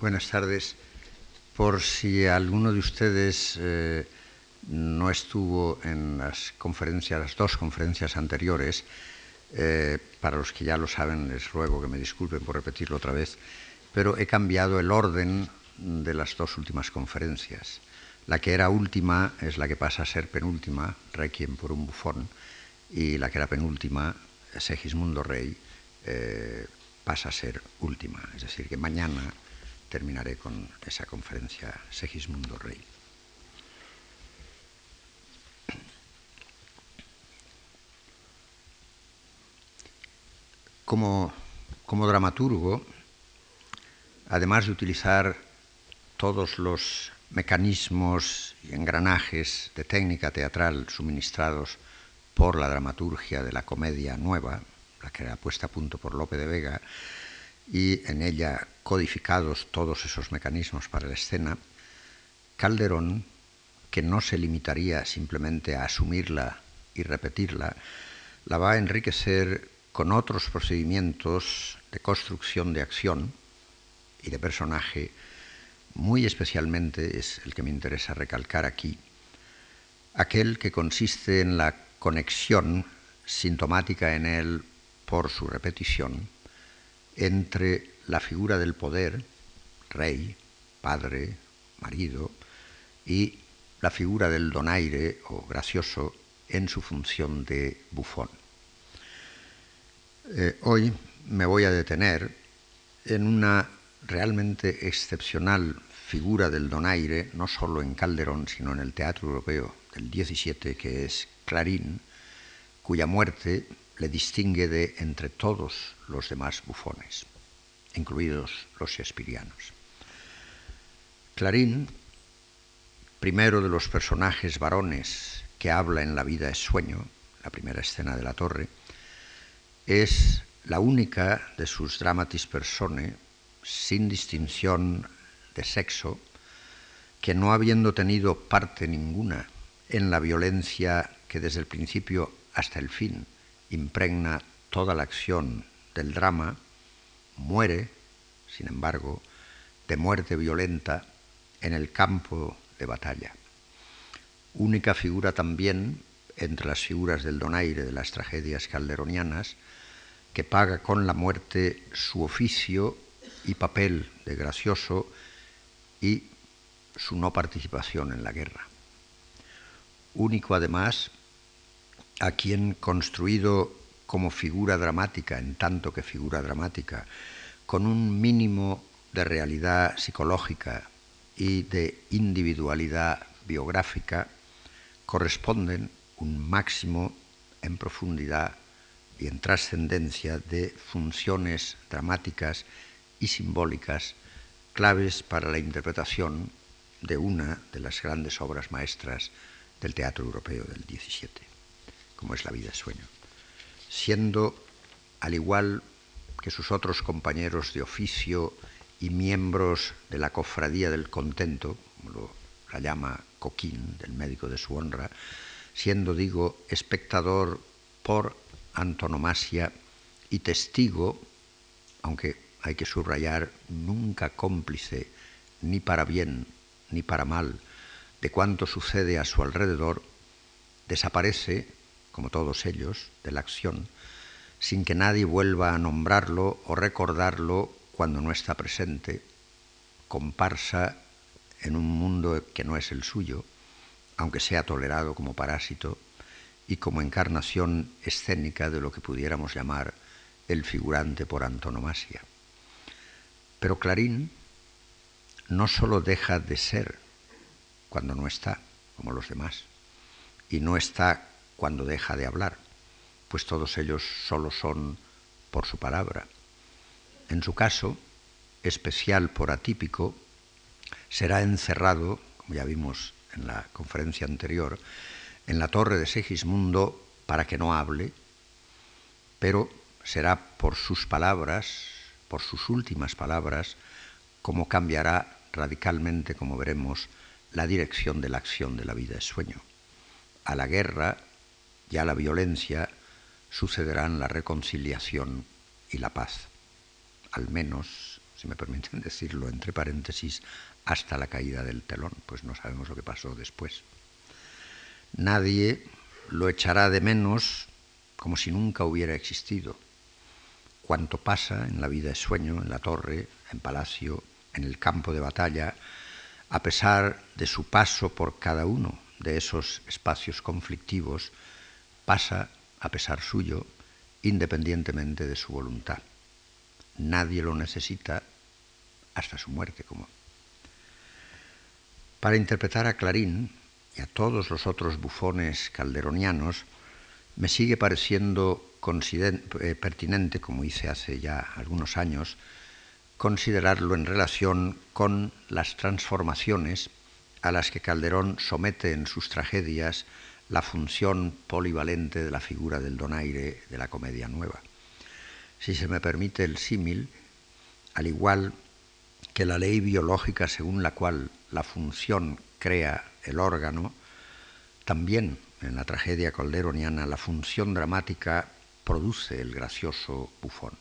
Buenas tardes. Por si alguno de ustedes no estuvo en las dos conferencias anteriores, para los que ya lo saben, les ruego que me disculpen por repetirlo otra vez, pero he cambiado el orden de las dos últimas conferencias. La que era última es la que pasa a ser penúltima, Requiem por un bufón, y la que era penúltima, Segismundo Rey, pasa a ser última. Es decir, que mañana terminaré con esa conferencia Segismundo Rey. Como dramaturgo, además de utilizar todos los mecanismos y engranajes de técnica teatral suministrados por la dramaturgia de la comedia nueva, la que era puesta a punto por Lope de Vega, y en ella codificados todos esos mecanismos para la escena, Calderón, que no se limitaría simplemente a asumirla y repetirla, la va a enriquecer con otros procedimientos de construcción de acción y de personaje. Muy especialmente es el que me interesa recalcar aquí, aquel que consiste en la conexión sintomática en él por su repetición entre la figura del poder, rey, padre, marido, y la figura del donaire o gracioso en su función de bufón. Hoy me voy a detener en una realmente excepcional figura del donaire, no solo en Calderón, sino en el teatro europeo del XVII, que es Clarín, cuya muerte le distingue de entre todos los demás bufones, incluidos los shakespearianos. Clarín, primero de los personajes varones que habla en La vida es sueño, la primera escena de La Torre, es la única de sus dramatis personae, sin distinción de sexo, que no habiendo tenido parte ninguna en la violencia que desde el principio hasta el fin impregna toda la acción del drama, muere, sin embargo, de muerte violenta en el campo de batalla. Única figura también entre las figuras del donaire de las tragedias calderonianas, que paga con la muerte su oficio y papel de gracioso y su no participación en la guerra. Único, además, a quien, construido como figura dramática, en tanto que figura dramática, con un mínimo de realidad psicológica y de individualidad biográfica, corresponden un máximo en profundidad y en trascendencia de funciones dramáticas y simbólicas claves para la interpretación de una de las grandes obras maestras del teatro europeo del XVII, como es La vida es sueño, siendo, al igual que sus otros compañeros de oficio y miembros de la cofradía del contento, como la llama Coquín, del médico de su honra, siendo, digo, espectador por antonomasia y testigo, aunque hay que subrayar, nunca cómplice, ni para bien ni para mal, de cuanto sucede a su alrededor, desaparece, como todos ellos, de la acción, sin que nadie vuelva a nombrarlo o recordarlo cuando no está presente, comparsa en un mundo que no es el suyo, aunque sea tolerado como parásito y como encarnación escénica de lo que pudiéramos llamar el figurante por antonomasia. Pero Clarín no solo deja de ser cuando no está, como los demás, y no está cuando deja de hablar, pues todos ellos solo son por su palabra. En su caso, especial por atípico, será encerrado, como ya vimos en la conferencia anterior, en la torre de Segismundo para que no hable, pero será por sus palabras, por sus últimas palabras, como cambiará radicalmente, como veremos, la dirección de la acción de La vida es sueño. A la guerra y a la violencia sucederán la reconciliación y la paz, al menos si me permiten decirlo entre paréntesis, hasta la caída del telón, pues no sabemos lo que pasó después. Nadie lo echará de menos como si nunca hubiera existido. Cuanto pasa en la vida es sueño, en la torre, en palacio, en el campo de batalla, a pesar de su paso por cada uno de esos espacios conflictivos, pasa a pesar suyo, independientemente de su voluntad. Nadie lo necesita hasta su muerte común. Para interpretar a Clarín y a todos los otros bufones calderonianos, me sigue pareciendo pertinente, como hice hace ya algunos años, considerarlo en relación con las transformaciones a las que Calderón somete en sus tragedias la función polivalente de la figura del donaire de la comedia nueva. Si se me permite el símil, al igual que la ley biológica según la cual la función crea el órgano, también en la tragedia calderoniana la función dramática produce el gracioso bufón.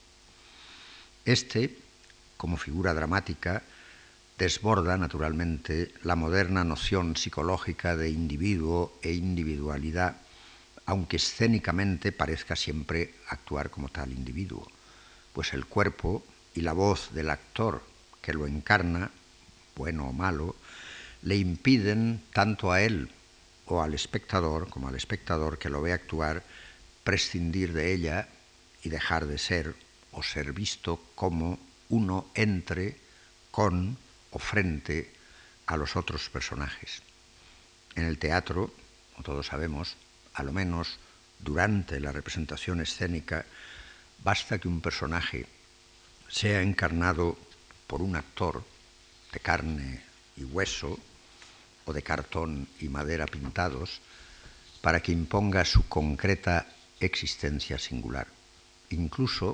Este, como figura dramática, desborda naturalmente la moderna noción psicológica de individuo e individualidad, aunque escénicamente parezca siempre actuar como tal individuo, pues el cuerpo y la voz del actor que lo encarna, bueno o malo, le impiden tanto a él o al espectador, como al espectador que lo ve actuar, prescindir de ella y dejar de ser o ser visto como uno entre, con o frente a los otros personajes. En el teatro, como todos sabemos, a lo menos durante la representación escénica, basta que un personaje sea encarnado por un actor de carne y hueso o de cartón y madera pintados para que imponga su concreta existencia singular. Incluso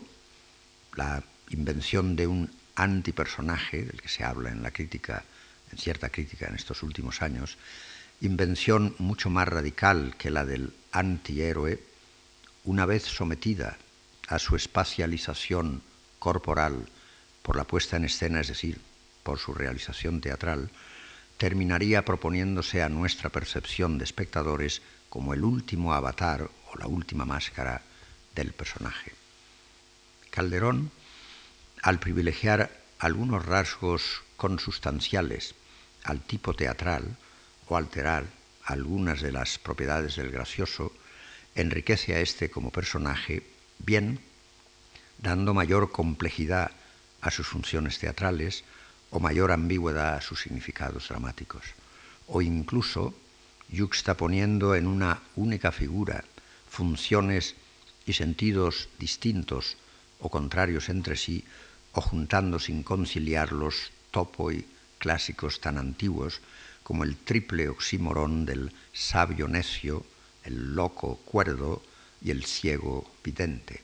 la invención de un antipersonaje, del que se habla en la crítica, en cierta crítica en estos últimos años, invención mucho más radical que la del antihéroe, una vez sometida a su espacialización corporal por la puesta en escena, es decir, por su realización teatral, terminaría proponiéndose a nuestra percepción de espectadores como el último avatar o la última máscara del personaje. Calderón, al privilegiar algunos rasgos consustanciales al tipo teatral o alterar algunas de las propiedades del gracioso, enriquece a este como personaje, bien dando mayor complejidad a sus funciones teatrales o mayor ambigüedad a sus significados dramáticos, o incluso yuxtaponiendo en una única figura funciones y sentidos distintos o contrarios entre sí, o juntando sin conciliarlos topo y clásicos tan antiguos como el triple oxímoron del sabio necio, el loco cuerdo y el ciego vidente.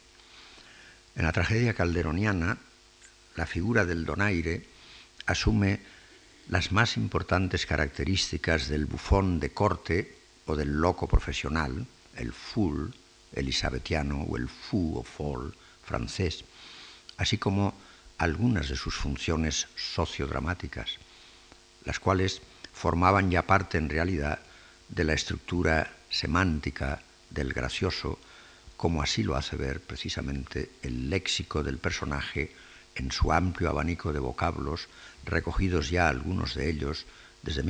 En la tragedia calderoniana, la figura del donaire asume las más importantes características del bufón de corte o del loco profesional, el fool elisabetiano o el fou o folle francés, así como algunas de sus funciones sociodramáticas, las cuales formaban ya parte en realidad de la estructura semántica del gracioso, como así lo hace ver precisamente el léxico del personaje en su amplio abanico de vocablos, recogidos ya algunos de ellos desde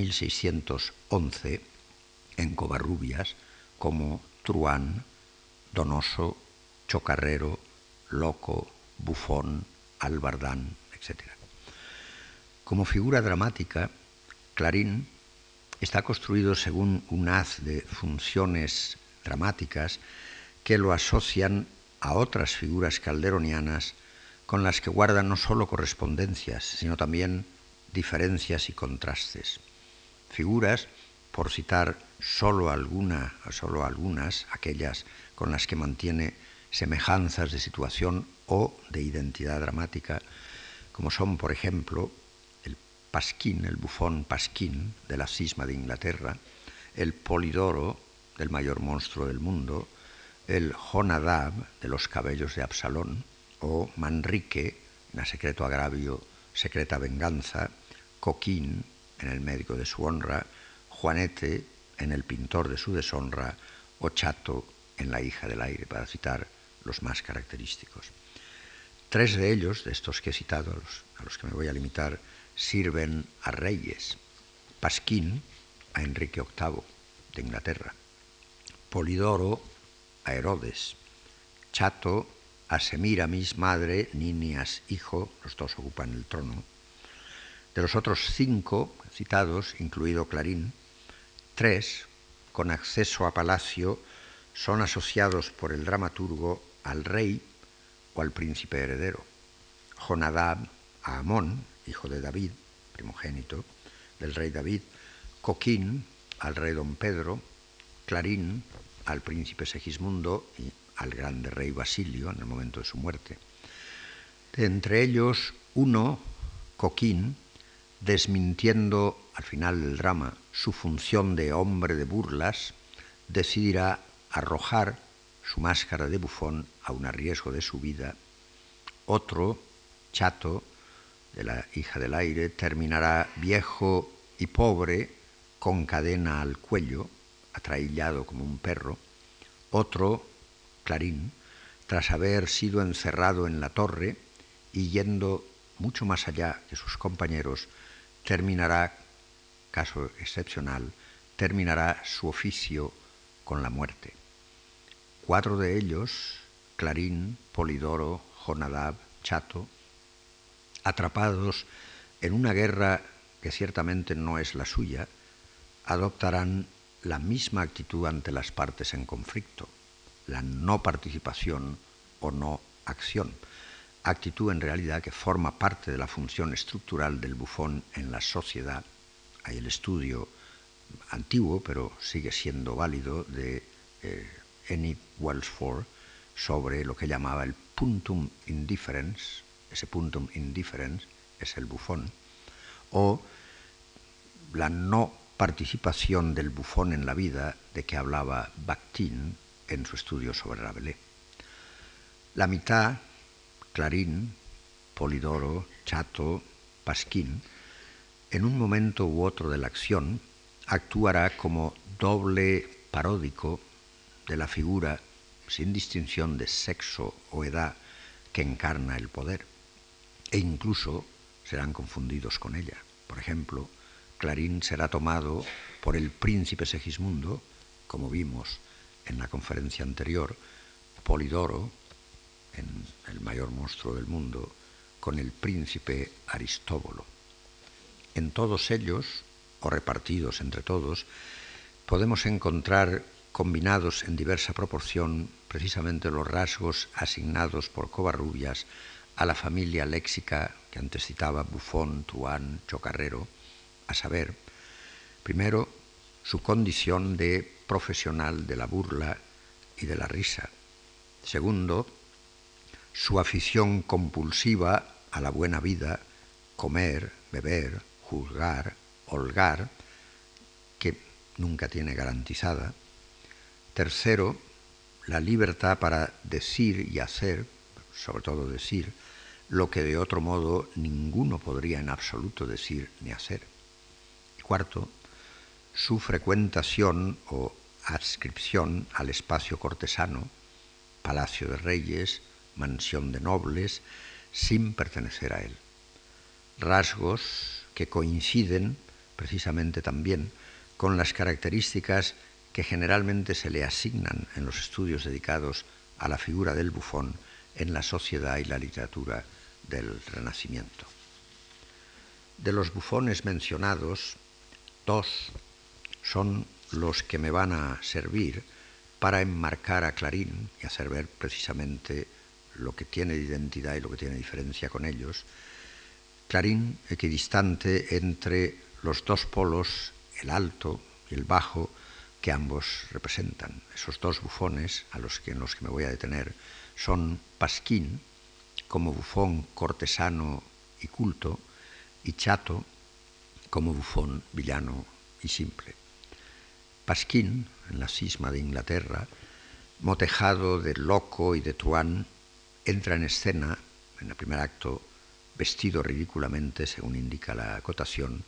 1611 en Covarrubias, como truán, donoso, chocarrero, loco, bufón, albardán, etc. Como figura dramática, Clarín está construido según un haz de funciones dramáticas que lo asocian a otras figuras calderonianas con las que guarda no solo correspondencias, sino también diferencias y contrastes. Figuras, por citar solo algunas, aquellas con las que mantiene semejanzas de situación o de identidad dramática, como son, por ejemplo, el Pasquín, el bufón Pasquín de la cisma de Inglaterra, el Polidoro del mayor monstruo del mundo, el Jonadab de los cabellos de Absalón, o Manrique, en A secreto agravio Secreta Venganza, Coquín en El médico de su honra, Juanete en El pintor de su deshonra o Chato en La hija del aire, para citar los más característicos. Tres de ellos, de estos que he citado, a los que me voy a limitar, sirven a reyes. Pasquín a Enrique VIII de Inglaterra, Polidoro a Herodes, Chato a Semíramis, madre, Ninias, hijo, los dos ocupan el trono. De los otros 5 citados, incluido Clarín, 3, con acceso a palacio, son asociados por el dramaturgo al rey o al príncipe heredero. Jonadab a Amón, hijo de David, primogénito del rey David, Coquín al rey don Pedro, Clarín al príncipe Segismundo y al grande rey Basilio en el momento de su muerte. De entre ellos, uno, Coquín, desmintiendo al final del drama su función de hombre de burlas, decidirá arrojar su máscara de bufón aun a riesgo de su vida. Otro, Chato, de La hija del aire, terminará viejo y pobre, con cadena al cuello, atraillado como un perro. Otro, Clarín, tras haber sido encerrado en la torre y yendo mucho más allá que sus compañeros, terminará, caso excepcional, terminará su oficio con la muerte. 4 de ellos, Clarín, Polidoro, Jonadab, Chato, atrapados en una guerra que ciertamente no es la suya, adoptarán la misma actitud ante las partes en conflicto, la no participación o no acción, actitud en realidad que forma parte de la función estructural del bufón en la sociedad. Hay el estudio antiguo, pero sigue siendo válido, de Enid Welsford sobre lo que llamaba el puntum indifferens. Ese puntum indifferens es el bufón, o la no participación del bufón en la vida, de que hablaba Bakhtin en su estudio sobre Rabelais. La mitad, Clarín, Polidoro, Chato, Pasquín, en un momento u otro de la acción, actuará como doble paródico de la figura, sin distinción de sexo o edad, que encarna el poder, e incluso serán confundidos con ella. Por ejemplo, Clarín será tomado por el príncipe Segismundo, como vimos en la conferencia anterior, Polidoro, en El mayor monstruo del mundo, con el príncipe Aristóbulo. En todos ellos, o repartidos entre todos, podemos encontrar combinados en diversa proporción precisamente los rasgos asignados por Covarrubias a la familia léxica que antes citaba, bufón, truán, chocarrero, a saber, primero, su condición de profesional de la burla y de la risa. Segundo, su afición compulsiva a la buena vida, comer, beber, juzgar, holgar, que nunca tiene garantizada. Tercero, la libertad para decir y hacer, sobre todo decir, lo que de otro modo ninguno podría en absoluto decir ni hacer. Y cuarto, su frecuentación o adscripción al espacio cortesano, palacio de reyes, mansión de nobles, sin pertenecer a él. Rasgos que coinciden precisamente también con las características que generalmente se le asignan en los estudios dedicados a la figura del bufón en la sociedad y la literatura del Renacimiento. De los bufones mencionados, 2 son los que me van a servir para enmarcar a Clarín y hacer ver precisamente lo que tiene de identidad y lo que tiene de diferencia con ellos. Clarín, equidistante entre los 2 polos, el alto y el bajo, que ambos representan. Esos 2 bufones en los que me voy a detener son Pasquín, como bufón cortesano y culto, y Chato, como bufón villano y simple. Pasquín, en la cisma de Inglaterra, motejado de loco y de truán, entra en escena, en el primer acto, vestido ridículamente, según indica la acotación,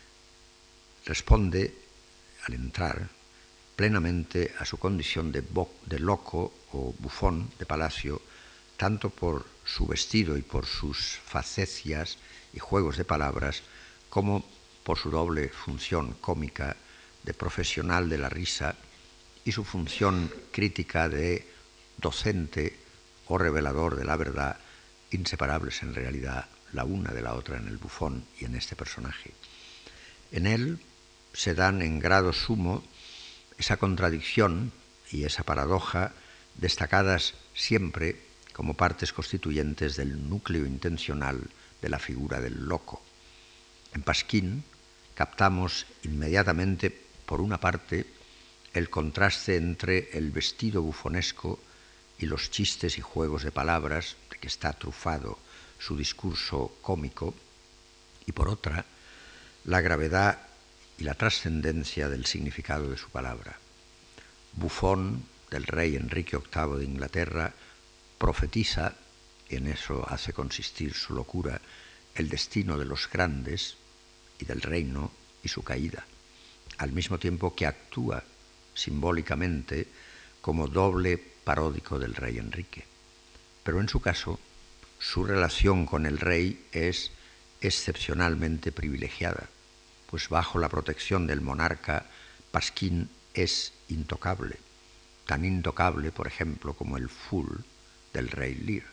responde, al entrar, plenamente a su condición de loco o bufón de palacio, tanto por su vestido y por sus facecias y juegos de palabras, como por su doble función cómica de profesional de la risa y su función crítica de docente o revelador de la verdad, inseparables en realidad la una de la otra en el bufón y en este personaje. En él se dan en grado sumo esa contradicción y esa paradoja destacadas siempre como partes constituyentes del núcleo intencional de la figura del loco. En Pasquín captamos inmediatamente, por una parte, el contraste entre el vestido bufonesco y los chistes y juegos de palabras de que está trufado su discurso cómico, y por otra, la gravedad y la trascendencia del significado de su palabra. Bufón, del rey Enrique VIII de Inglaterra, profetiza, y en eso hace consistir su locura, el destino de los grandes y del reino y su caída, al mismo tiempo que actúa simbólicamente como doble paródico del rey Enrique. Pero en su caso, su relación con el rey es excepcionalmente privilegiada, pues bajo la protección del monarca, Pasquín es intocable, tan intocable, por ejemplo, como el Fool del rey Lear.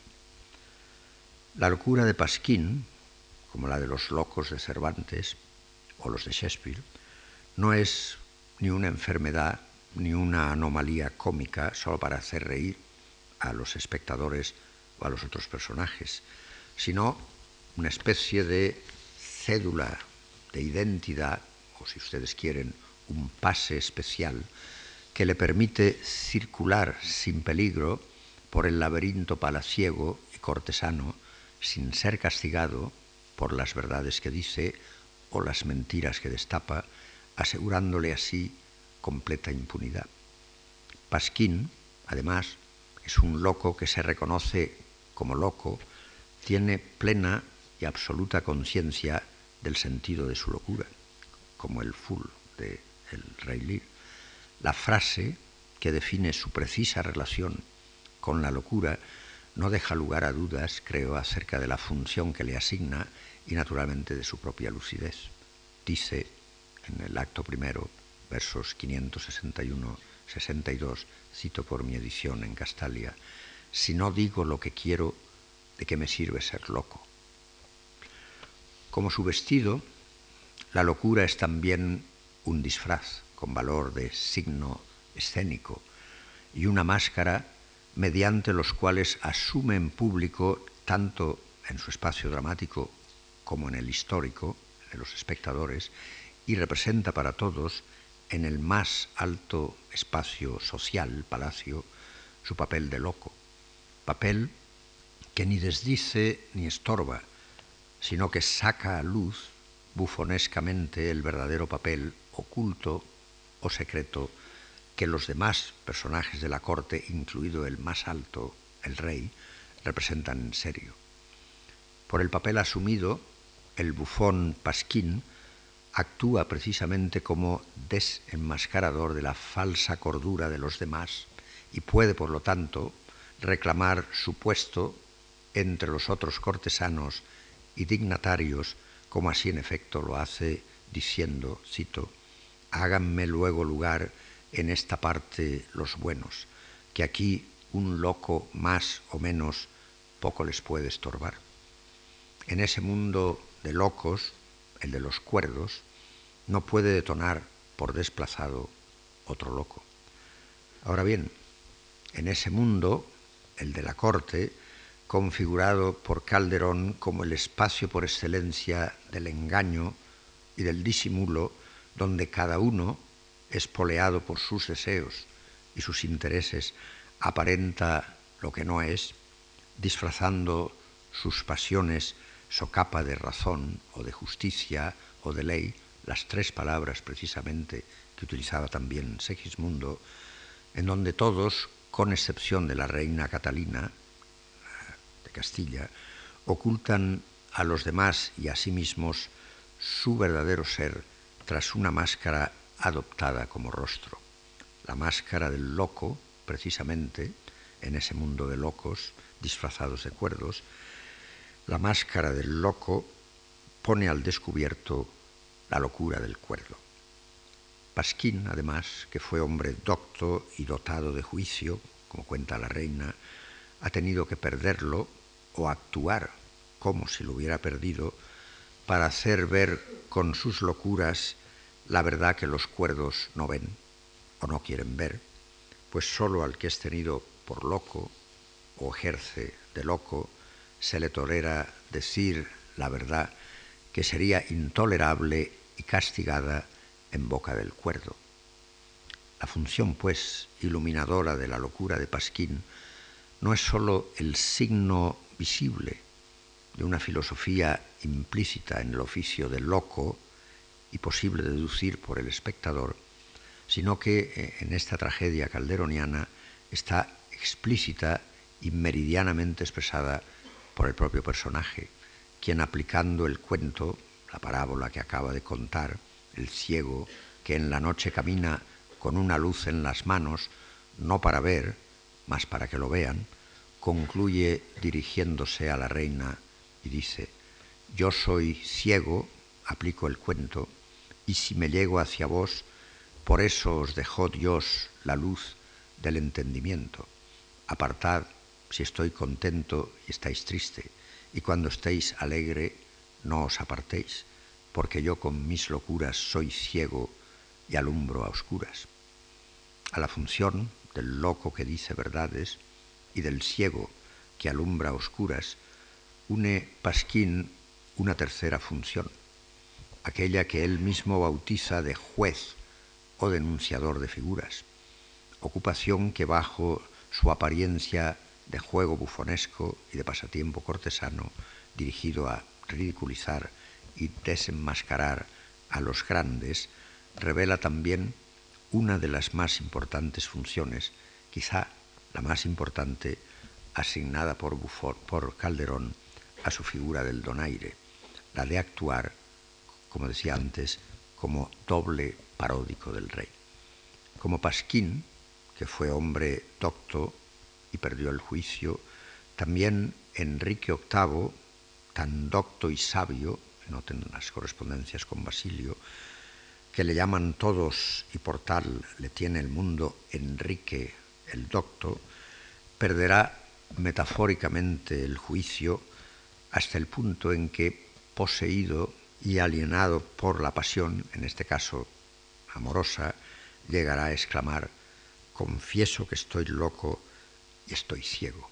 La locura de Pasquín, como la de los locos de Cervantes o los de Shakespeare, no es ni una enfermedad ni una anomalía cómica solo para hacer reír a los espectadores o a los otros personajes, sino una especie de cédula de identidad, o si ustedes quieren, un pase especial que le permite circular sin peligro por el laberinto palaciego y cortesano sin ser castigado por las verdades que dice o las mentiras que destapa, asegurándole así completa impunidad. Pasquín, además, es un loco que se reconoce como loco, tiene plena y absoluta conciencia del sentido de su locura, como el Fool de el rey Lear. La frase que define su precisa relación con la locura no deja lugar a dudas, creo, acerca de la función que le asigna y naturalmente de su propia lucidez. Dice en el acto primero, versos 561-62, cito por mi edición en Castalia: si no digo lo que quiero, ¿de qué me sirve ser loco? Como su vestido, la locura es también un disfraz con valor de signo escénico y una máscara mediante los cuales asume en público, tanto en su espacio dramático como en el histórico, de los espectadores, y representa para todos, en el más alto espacio social, palacio, su papel de loco. Papel que ni desdice ni estorba, sino que saca a luz bufonescamente el verdadero papel oculto o secreto que los demás personajes de la corte, incluido el más alto, el rey, representan en serio. Por el papel asumido, el bufón Pasquín actúa precisamente como desenmascarador de la falsa cordura de los demás y puede, por lo tanto, reclamar su puesto entre los otros cortesanos y dignatarios, como así en efecto lo hace diciendo, cito: háganme luego lugar en esta parte los buenos, que aquí un loco más o menos poco les puede estorbar. En ese mundo de locos, el de los cuerdos, no puede detonar por desplazado otro loco. Ahora bien, en ese mundo, el de la corte, configurado por Calderón como el espacio por excelencia del engaño y del disimulo, donde cada uno, espoleado por sus deseos y sus intereses, aparenta lo que no es, disfrazando sus pasiones socapa de razón o de justicia o de ley, las tres palabras precisamente que utilizaba también Segismundo, en donde todos, con excepción de la reina Catalina de Castilla, ocultan a los demás y a sí mismos su verdadero ser tras una máscara adoptada como rostro. La máscara del loco, precisamente, en ese mundo de locos disfrazados de cuerdos, la máscara del loco pone al descubierto la locura del cuerdo. Pasquín, además, que fue hombre docto y dotado de juicio, como cuenta la reina, ha tenido que perderlo o actuar como si lo hubiera perdido para hacer ver con sus locuras la verdad que los cuerdos no ven o no quieren ver, pues sólo al que es tenido por loco o ejerce de loco se le tolera decir la verdad que sería intolerable y castigada en boca del cuerdo. La función, pues, iluminadora de la locura de Pasquín no es sólo el signo visible de una filosofía implícita en el oficio del loco y posible de deducir por el espectador, sino que en esta tragedia calderoniana está explícita y meridianamente expresada por el propio personaje, quien aplicando el cuento, la parábola que acaba de contar, el ciego que en la noche camina con una luz en las manos, no para ver, mas para que lo vean, concluye dirigiéndose a la reina y dice: yo soy ciego, aplico el cuento, y si me llego hacia vos, por eso os dejó Dios la luz del entendimiento. Apartad si estoy contento y estáis triste, y cuando estéis alegre no os apartéis, porque yo con mis locuras soy ciego y alumbro a oscuras. A la función del loco que dice verdades y del ciego que alumbra a oscuras une Pasquín una tercera función, aquella que él mismo bautiza de juez o denunciador de figuras, ocupación que bajo su apariencia de juego bufonesco y de pasatiempo cortesano dirigido a ridiculizar y desenmascarar a los grandes, revela también una de las más importantes funciones, quizá la más importante, asignada por Calderón a su figura del donaire, la de actuar, como decía antes, como doble paródico del rey. Como Pasquín, que fue hombre docto y perdió el juicio, también Enrique VIII, tan docto y sabio, noten las correspondencias con Basilio, que le llaman todos y por tal le tiene el mundo Enrique el Docto, perderá metafóricamente el juicio hasta el punto en que, poseído y alienado por la pasión, en este caso amorosa, llegará a exclamar: confieso que estoy loco y estoy ciego.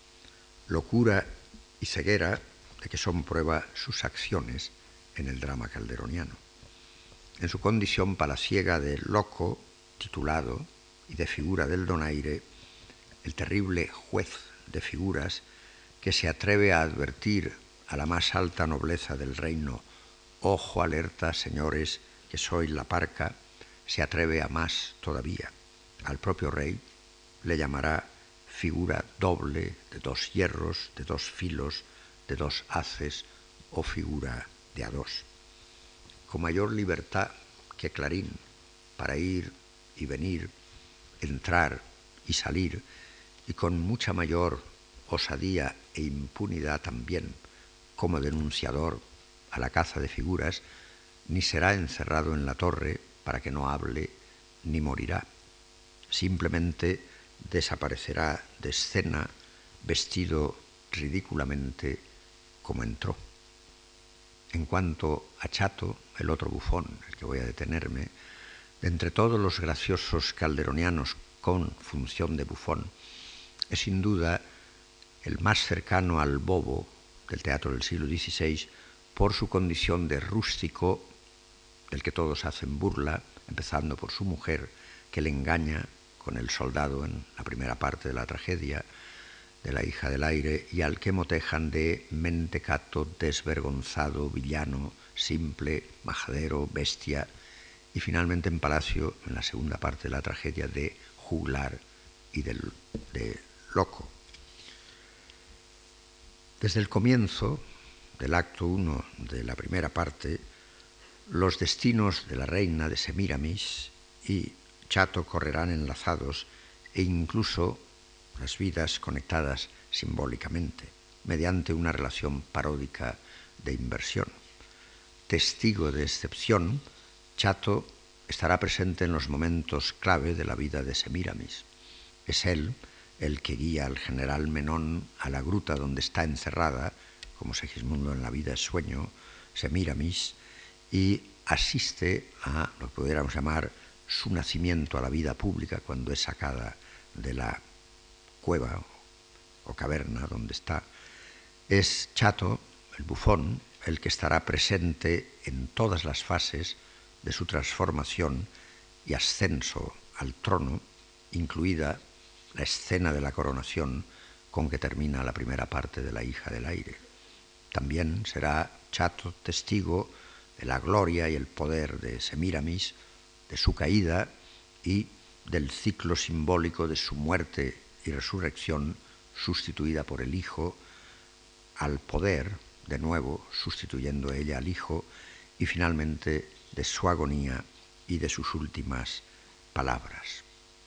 Locura y ceguera de que son prueba sus acciones en el drama calderoniano. En su condición palaciega de loco, titulado, y de figura del donaire, el terrible juez de figuras que se atreve a advertir a la más alta nobleza del reino: ojo alerta, señores, que soy la parca, se atreve a más todavía. Al propio rey le llamará figura doble de dos hierros, de dos filos, de dos haces, o figura de a dos. Con mayor libertad que Clarín para ir y venir, entrar y salir, y con mucha mayor osadía e impunidad también como denunciador a la caza de figuras, ni será encerrado en la torre para que no hable, ni morirá. Simplemente desaparecerá de escena vestido ridículamente como entró. En cuanto a Chato, el otro bufón, el que voy a detenerme, de entre todos los graciosos calderonianos con función de bufón, es sin duda el más cercano al bobo del teatro del siglo XVI por su condición de rústico, del que todos hacen burla, empezando por su mujer, que le engaña con el soldado en la primera parte de la tragedia de la hija del aire, y al que motejan de mentecato, desvergonzado, villano, simple, majadero, bestia, y finalmente en Palacio, en la segunda parte de la tragedia, de juglar y de loco. Desde el comienzo, del acto 1 de la primera parte, los destinos de la reina de Semíramis y Chato correrán enlazados e incluso las vidas conectadas simbólicamente, mediante una relación paródica de inversión. Testigo de excepción, Chato estará presente en los momentos clave de la vida de Semíramis. Es él el que guía al general Menón a la gruta donde está encerrada, como Segismundo en La vida es sueño, Semíramis, y asiste a lo que pudiéramos llamar su nacimiento a la vida pública cuando es sacada de la cueva o caverna donde está. Es Chato, el bufón, el que estará presente en todas las fases de su transformación y ascenso al trono, incluida la escena de la coronación con que termina la primera parte de La hija del aire. También será Chato testigo de la gloria y el poder de Semíramis, de su caída y del ciclo simbólico de su muerte y resurrección, sustituida por el Hijo, al poder, de nuevo sustituyendo ella al Hijo, y finalmente de su agonía y de sus últimas palabras.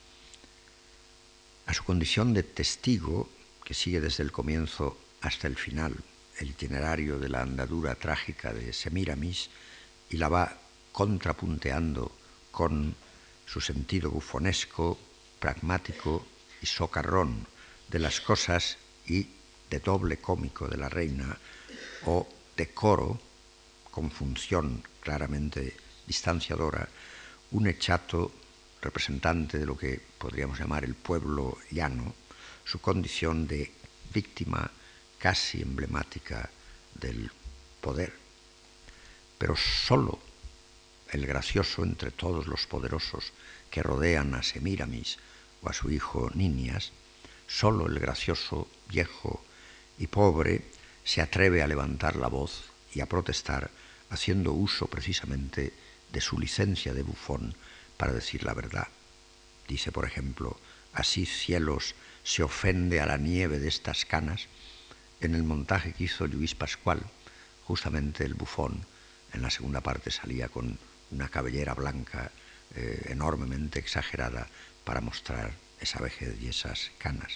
A su condición de testigo, que sigue desde el comienzo hasta el final el itinerario de la andadura trágica de Semíramis y la va contrapunteando con su sentido bufonesco, pragmático y socarrón de las cosas y de doble cómico de la reina, o de coro, con función claramente distanciadora, une Chato, representante de lo que podríamos llamar el pueblo llano, su condición de víctima casi emblemática del poder. Pero solo el gracioso entre todos los poderosos que rodean a Semíramis o a su hijo Ninias, solo el gracioso, viejo y pobre se atreve a levantar la voz y a protestar, haciendo uso precisamente de su licencia de bufón para decir la verdad. Dice, por ejemplo, así cielos se ofende a la nieve de estas canas. En el montaje que hizo Luis Pascual, justamente el bufón en la segunda parte salía con una cabellera blanca enormemente exagerada para mostrar esa vejez y esas canas.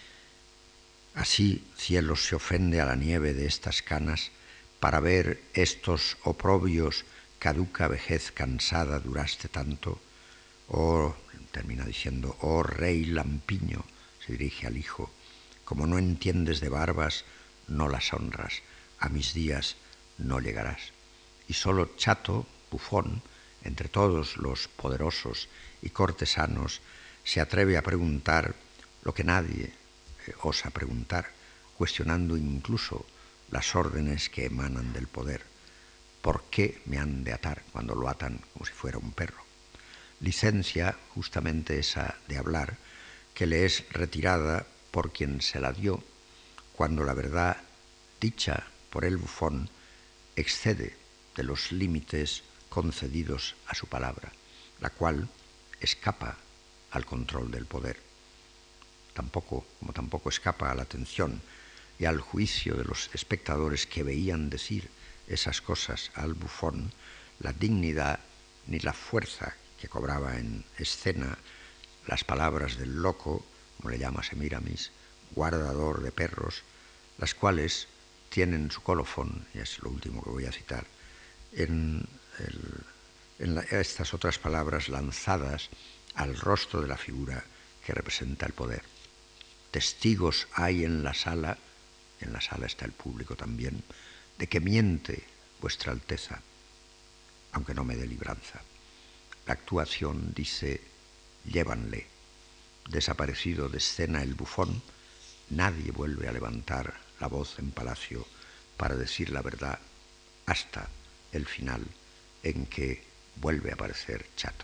Así cielos se ofende a la nieve de estas canas para ver estos oprobios, caduca vejez cansada duraste tanto. Oh, termina diciendo, oh rey lampiño, se dirige al hijo, como no entiendes de barbas, no las honras, a mis días no llegarás. Y solo Chato, bufón, entre todos los poderosos y cortesanos, se atreve a preguntar lo que nadie osa preguntar, cuestionando incluso las órdenes que emanan del poder. ¿Por qué me han de atar cuando lo atan como si fuera un perro? Licencia justamente esa de hablar, que le es retirada por quien se la dio, cuando la verdad dicha por el bufón excede de los límites concedidos a su palabra, la cual escapa al control del poder. Como tampoco escapa a la atención y al juicio de los espectadores que veían decir esas cosas al bufón, la dignidad ni la fuerza que cobraba en escena las palabras del loco, como le llama Semíramis, guardador de perros, las cuales tienen su colofón, y es lo último que voy a citar, en estas otras palabras lanzadas al rostro de la figura que representa el poder. Testigos hay en la sala está el público también, de que miente vuestra Alteza, aunque no me dé libranza. La actuación dice, llévanle. Desaparecido de escena el bufón, nadie vuelve a levantar la voz en palacio para decir la verdad hasta el final en que vuelve a aparecer Chato.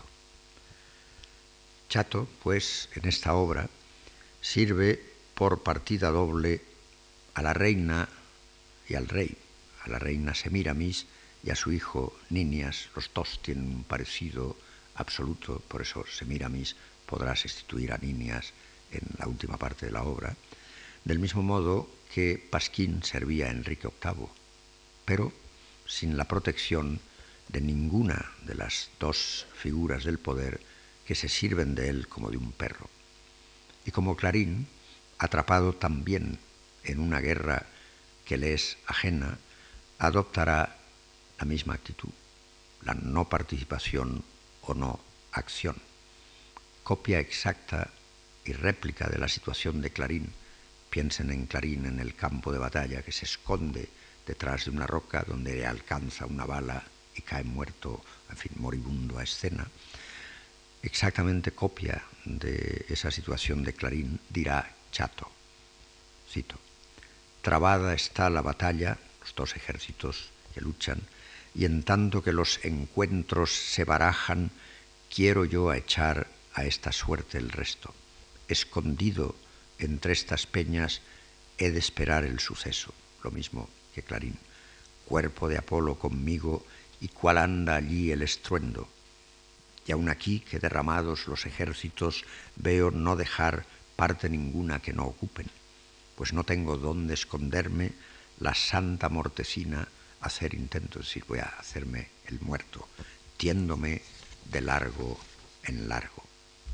Chato, pues, en esta obra sirve por partida doble a la reina y al rey, a la reina Semíramis y a su hijo Ninias. Los dos tienen un parecido absoluto, por eso Semíramis podrá sustituir a Ninias en la última parte de la obra, del mismo modo que Pasquín servía a Enrique VIII pero sin la protección de ninguna de las dos figuras del poder que se sirven de él como de un perro. Y como Clarín, atrapado también en una guerra que le es ajena, adoptará la misma actitud, la no participación o no acción. Copia exacta y réplica de la situación de Clarín. Piensen en Clarín en el campo de batalla, que se esconde detrás de una roca donde le alcanza una bala y cae muerto, en fin, moribundo a escena. Exactamente copia de esa situación de Clarín dirá Chato. Cito: trabada está la batalla, los dos ejércitos que luchan, y en tanto que los encuentros se barajan, quiero yo a echar a esta suerte el resto. Escondido entre estas peñas, he de esperar el suceso, lo mismo que Clarín. Cuerpo de Apolo conmigo, y cuál anda allí el estruendo. Y aun aquí que derramados los ejércitos, veo no dejar parte ninguna que no ocupen, pues no tengo dónde esconderme, la santa mortecina hacer intento, es decir, voy a hacerme el muerto, tiéndome de largo en largo.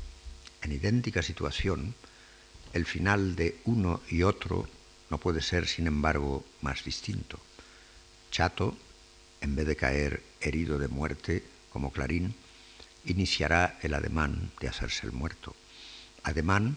En idéntica situación, el final de uno y otro no puede ser, sin embargo, más distinto. Chato, en vez de caer herido de muerte, como Clarín, iniciará el ademán de hacerse el muerto. Ademán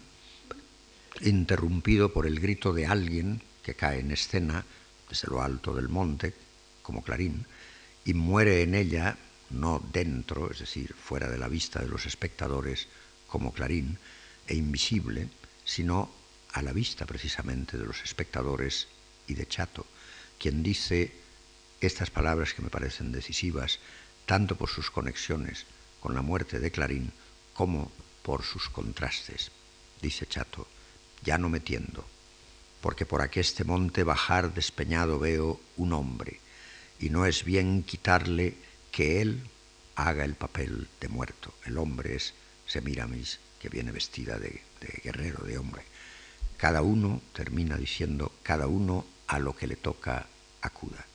interrumpido por el grito de alguien que cae en escena desde lo alto del monte, como Clarín, y muere en ella, no dentro, es decir, fuera de la vista de los espectadores, como Clarín, e invisible, sino a la vista precisamente de los espectadores y de Chato, quien dice estas palabras que me parecen decisivas, tanto por sus conexiones con la muerte de Clarín como por sus contrastes. Dice Chato: ya no me tiendo, porque por aqueste monte bajar despeñado veo un hombre, y no es bien quitarle que él haga el papel de muerto. El hombre es Semíramis, que viene vestida de guerrero, de hombre. Cada uno, termina diciendo, cada uno a lo que le toca acuda.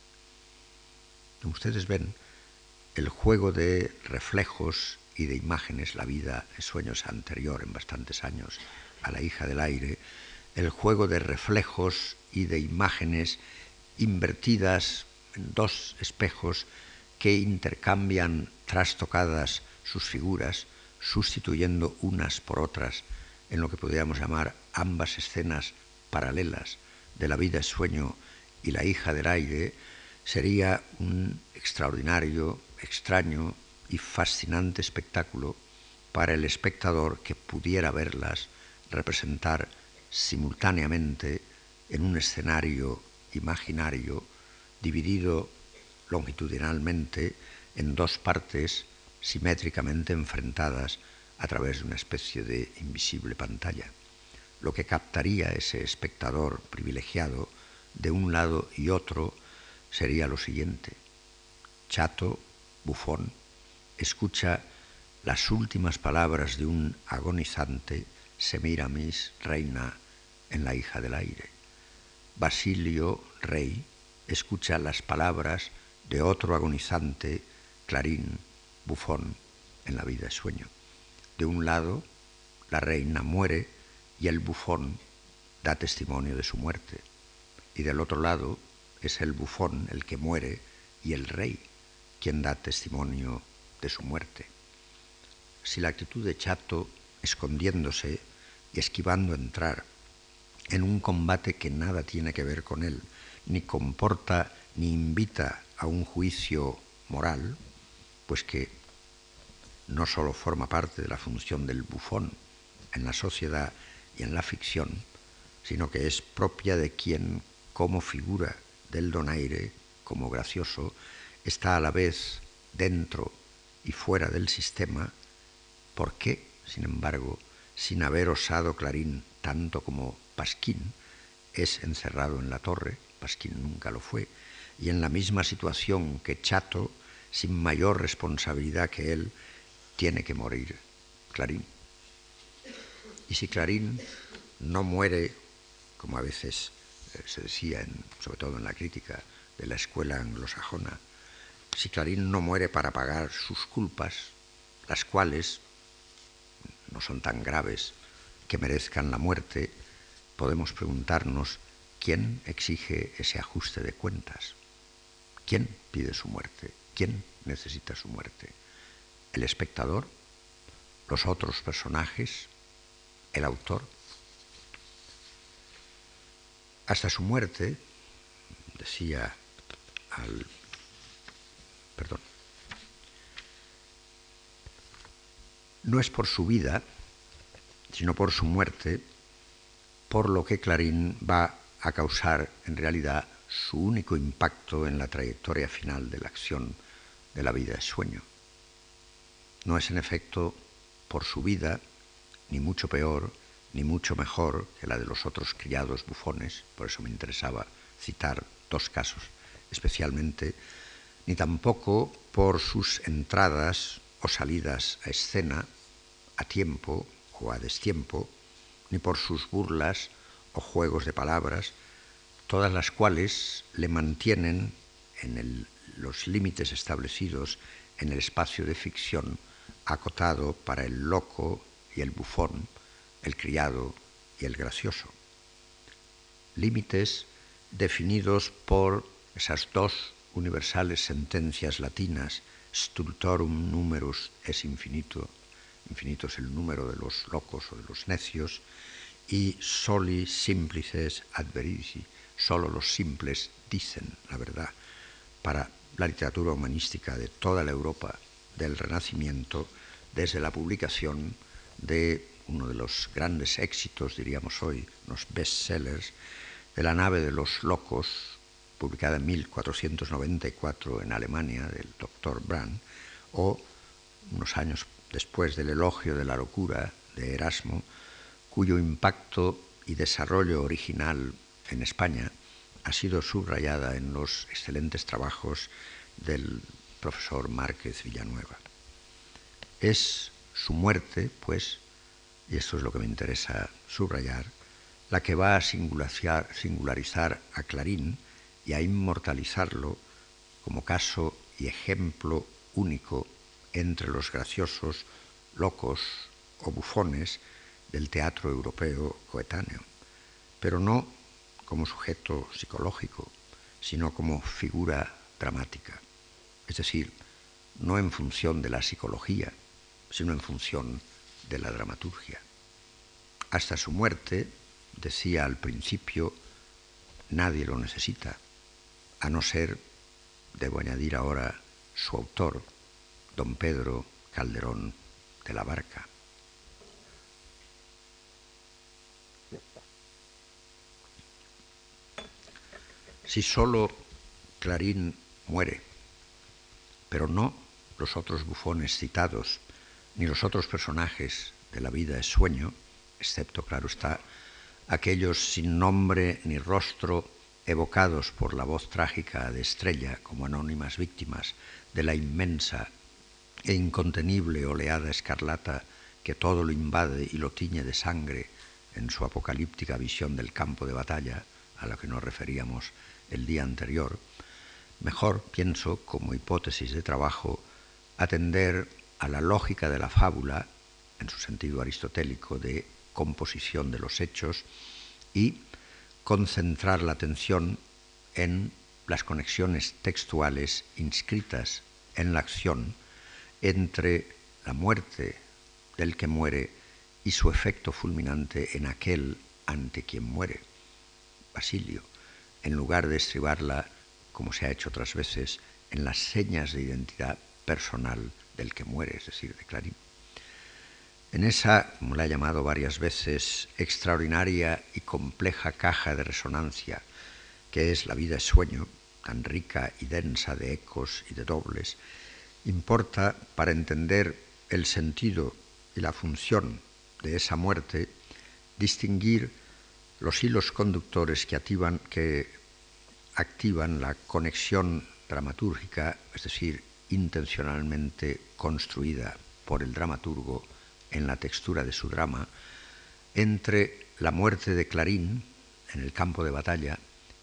Como ustedes ven, el juego de reflejos y de imágenes, la vida en sueños anterior en bastantes años a la hija del aire, el juego de reflejos y de imágenes invertidas en dos espejos que intercambian trastocadas sus figuras, sustituyendo unas por otras en lo que podríamos llamar ambas escenas paralelas de la vida en sueño y la hija del aire, sería un extraordinario, extraño y fascinante espectáculo para el espectador que pudiera verlas representar simultáneamente en un escenario imaginario dividido longitudinalmente en dos partes simétricamente enfrentadas a través de una especie de invisible pantalla. Lo que captaría ese espectador privilegiado de un lado y otro sería lo siguiente: Chato, bufón, escucha las últimas palabras de un agonizante Semíramis, reina en la hija del aire. Basilio, rey, escucha las palabras de otro agonizante, Clarín, bufón, en la vida de sueño. De un lado, la reina muere y el bufón da testimonio de su muerte. Y del otro lado, es el bufón el que muere y el rey quien da testimonio de su muerte. Si la actitud de Chato, escondiéndose y esquivando entrar en un combate que nada tiene que ver con él, ni comporta ni invita a un juicio moral, pues que no solo forma parte de la función del bufón en la sociedad y en la ficción, sino que es propia de quien, como figura del donaire, como gracioso, está a la vez dentro y fuera del sistema. ¿Por qué, sin embargo, sin haber osado Clarín tanto como Pasquín, es encerrado en la torre? Pasquín nunca lo fue, y en la misma situación que Chato, sin mayor responsabilidad que él, tiene que morir Clarín. Y si Clarín no muere, como a veces se decía, sobre todo en la crítica de la escuela anglosajona. Si Clarín no muere para pagar sus culpas, las cuales no son tan graves que merezcan la muerte, podemos preguntarnos quién exige ese ajuste de cuentas, quién pide su muerte, quién necesita su muerte. ¿El espectador? ¿Los otros personajes? ¿El autor? Hasta su muerte, decía no es por su vida, sino por su muerte, por lo que Clarín va a causar en realidad su único impacto en la trayectoria final de la acción de La vida es sueño. No es en efecto por su vida, ni mucho peor, ni mucho mejor que la de los otros criados bufones, por eso me interesaba citar dos casos especialmente, ni tampoco por sus entradas o salidas a escena a tiempo o a destiempo, ni por sus burlas o juegos de palabras, todas las cuales le mantienen en los límites establecidos en el espacio de ficción acotado para el loco y el bufón, el criado y el gracioso. Límites definidos por esas dos universales sentencias latinas, stultorum numerus es infinito, infinito es el número de los locos o de los necios, y soli simplices adverici, solo los simples dicen la verdad. Para la literatura humanística de toda la Europa del Renacimiento, desde la publicación de uno de los grandes éxitos, diríamos hoy, los bestsellers, de La nave de los locos, publicada en 1494 en Alemania, del Dr. Brand, o unos años después del Elogio de la locura de Erasmo, cuyo impacto y desarrollo original en España ha sido subrayada en los excelentes trabajos del profesor Márquez Villanueva. Es su muerte, pues, y esto es lo que me interesa subrayar, la que va a singularizar a Clarín y a inmortalizarlo como caso y ejemplo único entre los graciosos, locos o bufones del teatro europeo coetáneo, pero no como sujeto psicológico, sino como figura dramática, es decir, no en función de la psicología, sino en función de la dramaturgia. Hasta su muerte, decía al principio, nadie lo necesita, a no ser, debo añadir ahora, su autor, don Pedro Calderón de la Barca. Si solo Clarín muere, pero no los otros bufones citados, ni los otros personajes de La vida es sueño, excepto, claro está, aquellos sin nombre ni rostro evocados por la voz trágica de Estrella como anónimas víctimas de la inmensa e incontenible oleada escarlata que todo lo invade y lo tiñe de sangre en su apocalíptica visión del campo de batalla, a la que nos referíamos el día anterior, mejor, pienso, como hipótesis de trabajo, atender a la lógica de la fábula, en su sentido aristotélico de composición de los hechos, y concentrar la atención en las conexiones textuales inscritas en la acción entre la muerte del que muere y su efecto fulminante en aquel ante quien muere, Basilio, en lugar de estribarla, como se ha hecho otras veces, en las señas de identidad personal del que muere, es decir, de Clarín. En esa, como la he llamado varias veces, extraordinaria y compleja caja de resonancia que es La vida es sueño, tan rica y densa de ecos y de dobles, importa, para entender el sentido y la función de esa muerte, distinguir los hilos conductores que activan la conexión dramatúrgica, es decir, intencionalmente construida por el dramaturgo en la textura de su drama, entre la muerte de Clarín en el campo de batalla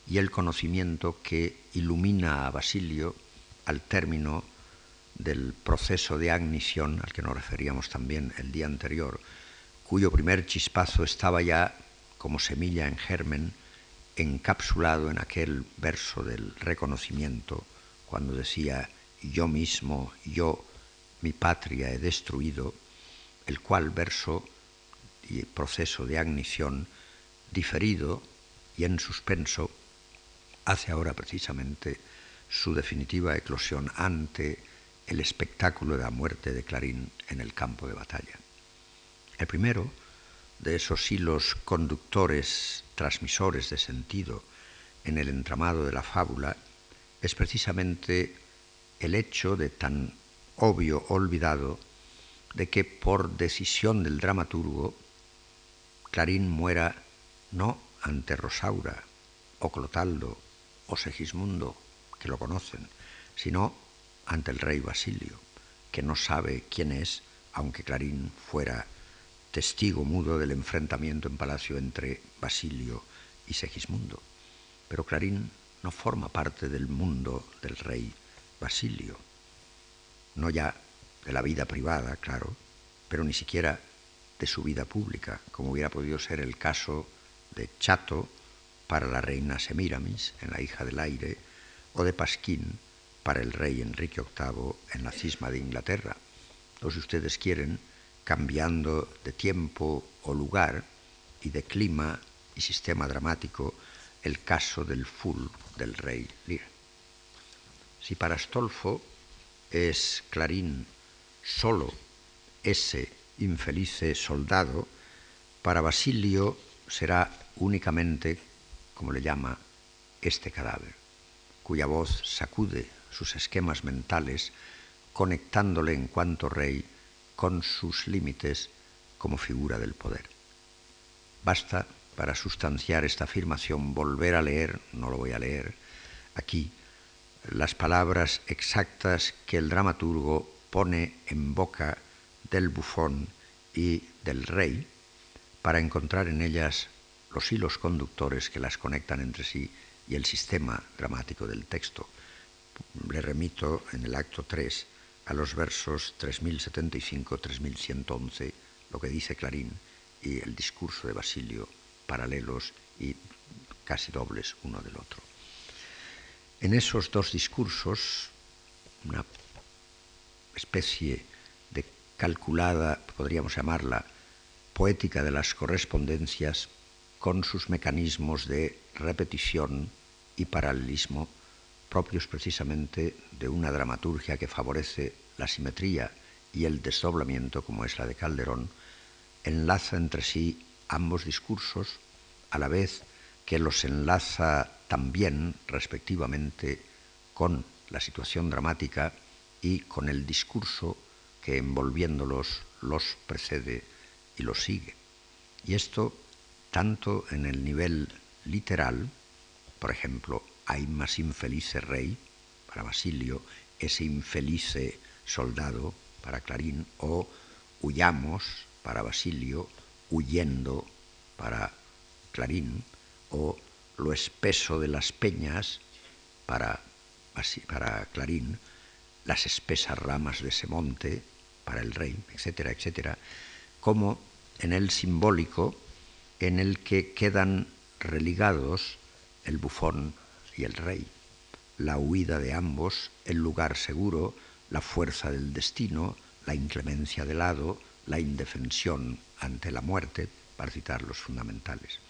y el conocimiento que ilumina a Basilio al término del proceso de agnición al que nos referíamos también el día anterior, cuyo primer chispazo estaba ya como semilla en germen, encapsulado en aquel verso del reconocimiento, cuando decía: yo mismo, yo, mi patria he destruido, el cual verso y proceso de agnición diferido y en suspenso hace ahora precisamente su definitiva eclosión ante el espectáculo de la muerte de Clarín en el campo de batalla. El primero de esos hilos conductores, transmisores de sentido en el entramado de la fábula es precisamente el hecho de tan obvio olvidado de que por decisión del dramaturgo Clarín muera no ante Rosaura o Clotaldo o Segismundo, que lo conocen, sino ante el rey Basilio, que no sabe quién es, aunque Clarín fuera testigo mudo del enfrentamiento en palacio entre Basilio y Segismundo. Pero Clarín no forma parte del mundo del rey Basilio, no ya de la vida privada, claro, pero ni siquiera de su vida pública, como hubiera podido ser el caso de Chato para la reina Semíramis en La hija del aire, o de Pasquín para el rey Enrique VIII en La cisma de Inglaterra, o si ustedes quieren, cambiando de tiempo o lugar y de clima y sistema dramático, el caso del Fool del rey Lear. Si para Astolfo es Clarín solo ese infelice soldado, para Basilio será únicamente, como le llama, este cadáver, cuya voz sacude sus esquemas mentales, conectándole en cuanto rey con sus límites como figura del poder. Basta para sustanciar esta afirmación volver a leer, no lo voy a leer aquí, las palabras exactas que el dramaturgo pone en boca del bufón y del rey para encontrar en ellas los hilos conductores que las conectan entre sí y el sistema dramático del texto. Le remito en el acto 3 a los versos 3075-3111, lo que dice Clarín y el discurso de Basilio, paralelos y casi dobles uno del otro. En esos dos discursos, una especie de calculada, podríamos llamarla, poética de las correspondencias, con sus mecanismos de repetición y paralelismo, propios precisamente de una dramaturgia que favorece la simetría y el desdoblamiento, como es la de Calderón, enlaza entre sí ambos discursos, a la vez que los enlaza también, respectivamente, con la situación dramática y con el discurso que, envolviéndolos, los precede y los sigue. Y esto tanto en el nivel literal, por ejemplo, hay más infelice rey para Basilio, ese infelice soldado para Clarín, o huyamos para Basilio, huyendo para Clarín, o lo espeso de las peñas para Clarín, las espesas ramas de ese monte para el rey, etcétera, etcétera, como en el simbólico en el que quedan religados el bufón y el rey, la huida de ambos, el lugar seguro, la fuerza del destino, la inclemencia del hado, la indefensión ante la muerte, para citar los fundamentales.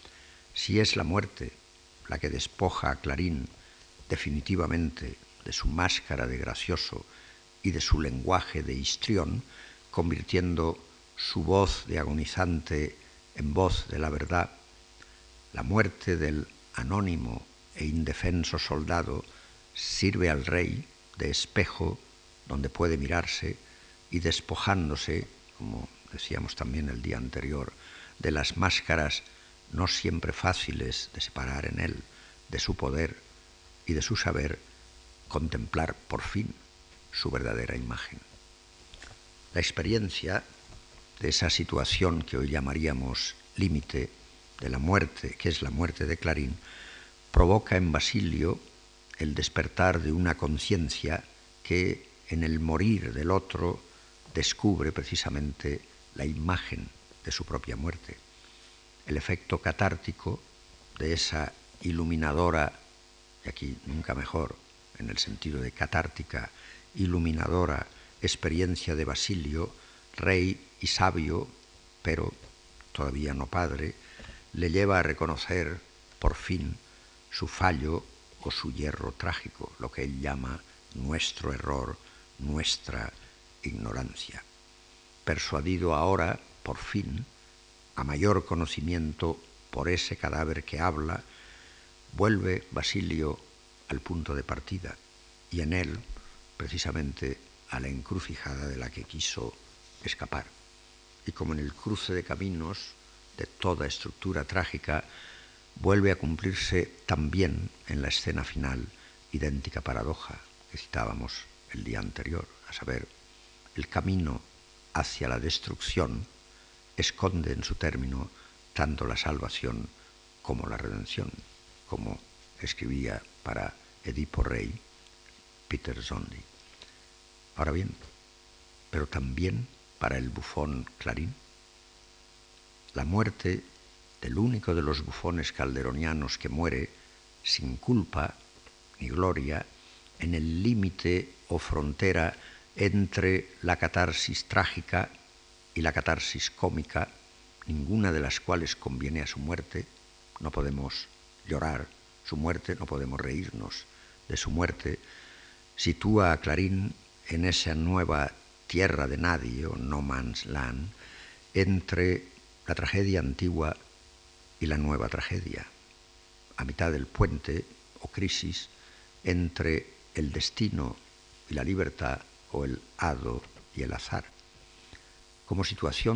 Si es la muerte la que despoja a Clarín definitivamente de su máscara de gracioso y de su lenguaje de histrión, convirtiendo su voz de agonizante en voz de la verdad, la muerte del anónimo e indefenso soldado sirve al rey de espejo donde puede mirarse y despojándose, como decíamos también el día anterior, de las máscaras no siempre fáciles de separar en él, de su poder y de su saber, contemplar por fin su verdadera imagen. La experiencia de esa situación que hoy llamaríamos límite, de la muerte, que es la muerte de Clarín, provoca en Basilio el despertar de una conciencia que en el morir del otro descubre precisamente la imagen de su propia muerte. El efecto catártico de esa iluminadora, y aquí nunca mejor, en el sentido de catártica, iluminadora experiencia de Basilio, rey y sabio, pero todavía no padre, le lleva a reconocer por fin su fallo o su hierro trágico, lo que él llama nuestro error, nuestra ignorancia. Persuadido ahora, por fin, a mayor conocimiento por ese cadáver que habla, vuelve Basilio al punto de partida y en él, precisamente, a la encrucijada de la que quiso escapar. Y como en el cruce de caminos de toda estructura trágica, vuelve a cumplirse también en la escena final idéntica paradoja que citábamos el día anterior, a saber, el camino hacia la destrucción esconde en su término tanto la salvación como la redención, como escribía para Edipo Rey Peter Zondy. Ahora bien, pero también para el bufón Clarín, la muerte del único de los bufones calderonianos que muere sin culpa ni gloria en el límite o frontera entre la catarsis trágica y la catarsis cómica, ninguna de las cuales conviene a su muerte. No podemos llorar su muerte, no podemos reírnos de su muerte. Sitúa a Clarín en esa nueva tierra de nadie, o no man's land, entre la tragedia antigua y la nueva tragedia, a mitad del puente o crisis entre el destino y la libertad, o el hado y el azar. Como situación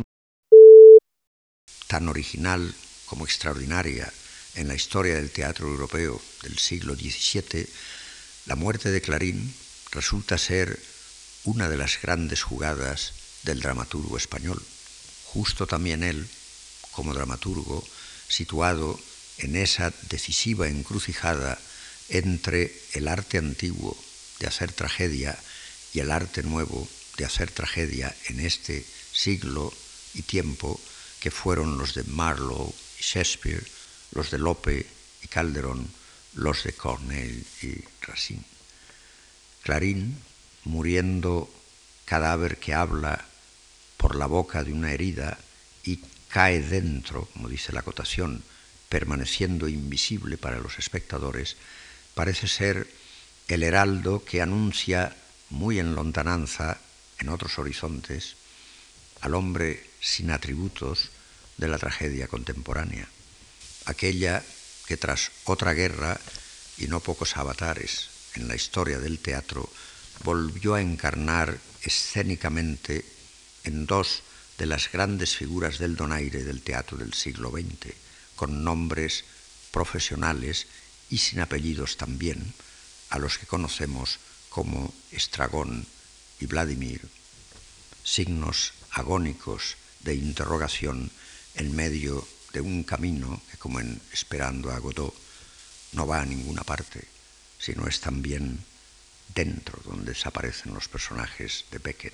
tan original como extraordinaria en la historia del teatro europeo del siglo XVII, la muerte de Clarín resulta ser una de las grandes jugadas del dramaturgo español, justo también él, como dramaturgo, situado en esa decisiva encrucijada entre el arte antiguo de hacer tragedia y el arte nuevo de hacer tragedia en este siglo y tiempo, que fueron los de Marlowe y Shakespeare, los de Lope y Calderón, los de Corneille y Racine. Clarín, muriendo cadáver que habla por la boca de una herida y cae dentro, como dice la acotación, permaneciendo invisible para los espectadores, parece ser el heraldo que anuncia muy en lontananza, en otros horizontes, al hombre sin atributos de la tragedia contemporánea, aquella que tras otra guerra y no pocos avatares en la historia del teatro volvió a encarnar escénicamente en dos de las grandes figuras del donaire del teatro del siglo XX, con nombres profesionales y sin apellidos también, a los que conocemos como Estragón y Vladimir, signos agónicos de interrogación en medio de un camino que, como en Esperando a Godot, no va a ninguna parte, sino es también dentro donde desaparecen los personajes de Beckett,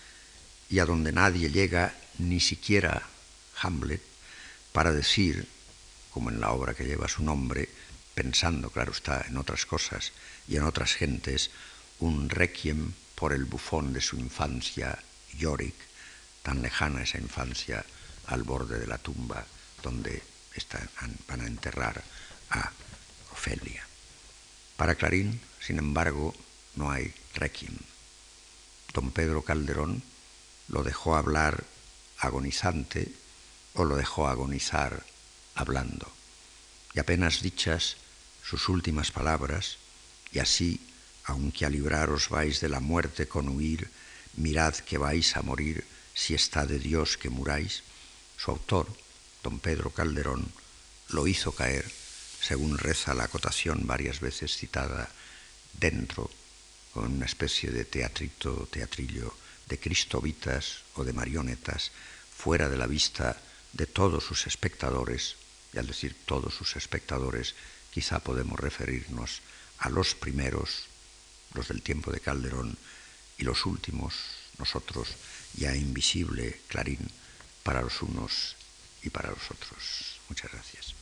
y a donde nadie llega, ni siquiera Hamlet, para decir, como en la obra que lleva su nombre, pensando, claro está, en otras cosas y en otras gentes, un requiem por el bufón de su infancia, Yorick, tan lejana esa infancia al borde de la tumba donde van a enterrar a Ofelia. Para Clarín, sin embargo, no hay requiem. Don Pedro Calderón lo dejó hablar agonizante o lo dejó agonizar hablando. Y apenas dichas sus últimas palabras, y así, aunque a libraros vais de la muerte con huir, mirad que vais a morir si está de Dios que muráis, su autor, don Pedro Calderón, lo hizo caer, según reza la acotación varias veces citada, dentro, con una especie de teatrillo de cristovitas o de marionetas, fuera de la vista de todos sus espectadores, y al decir todos sus espectadores, quizá podemos referirnos a los primeros, los del tiempo de Calderón, y los últimos, nosotros, ya invisible clarín para los unos y para los otros. Muchas gracias.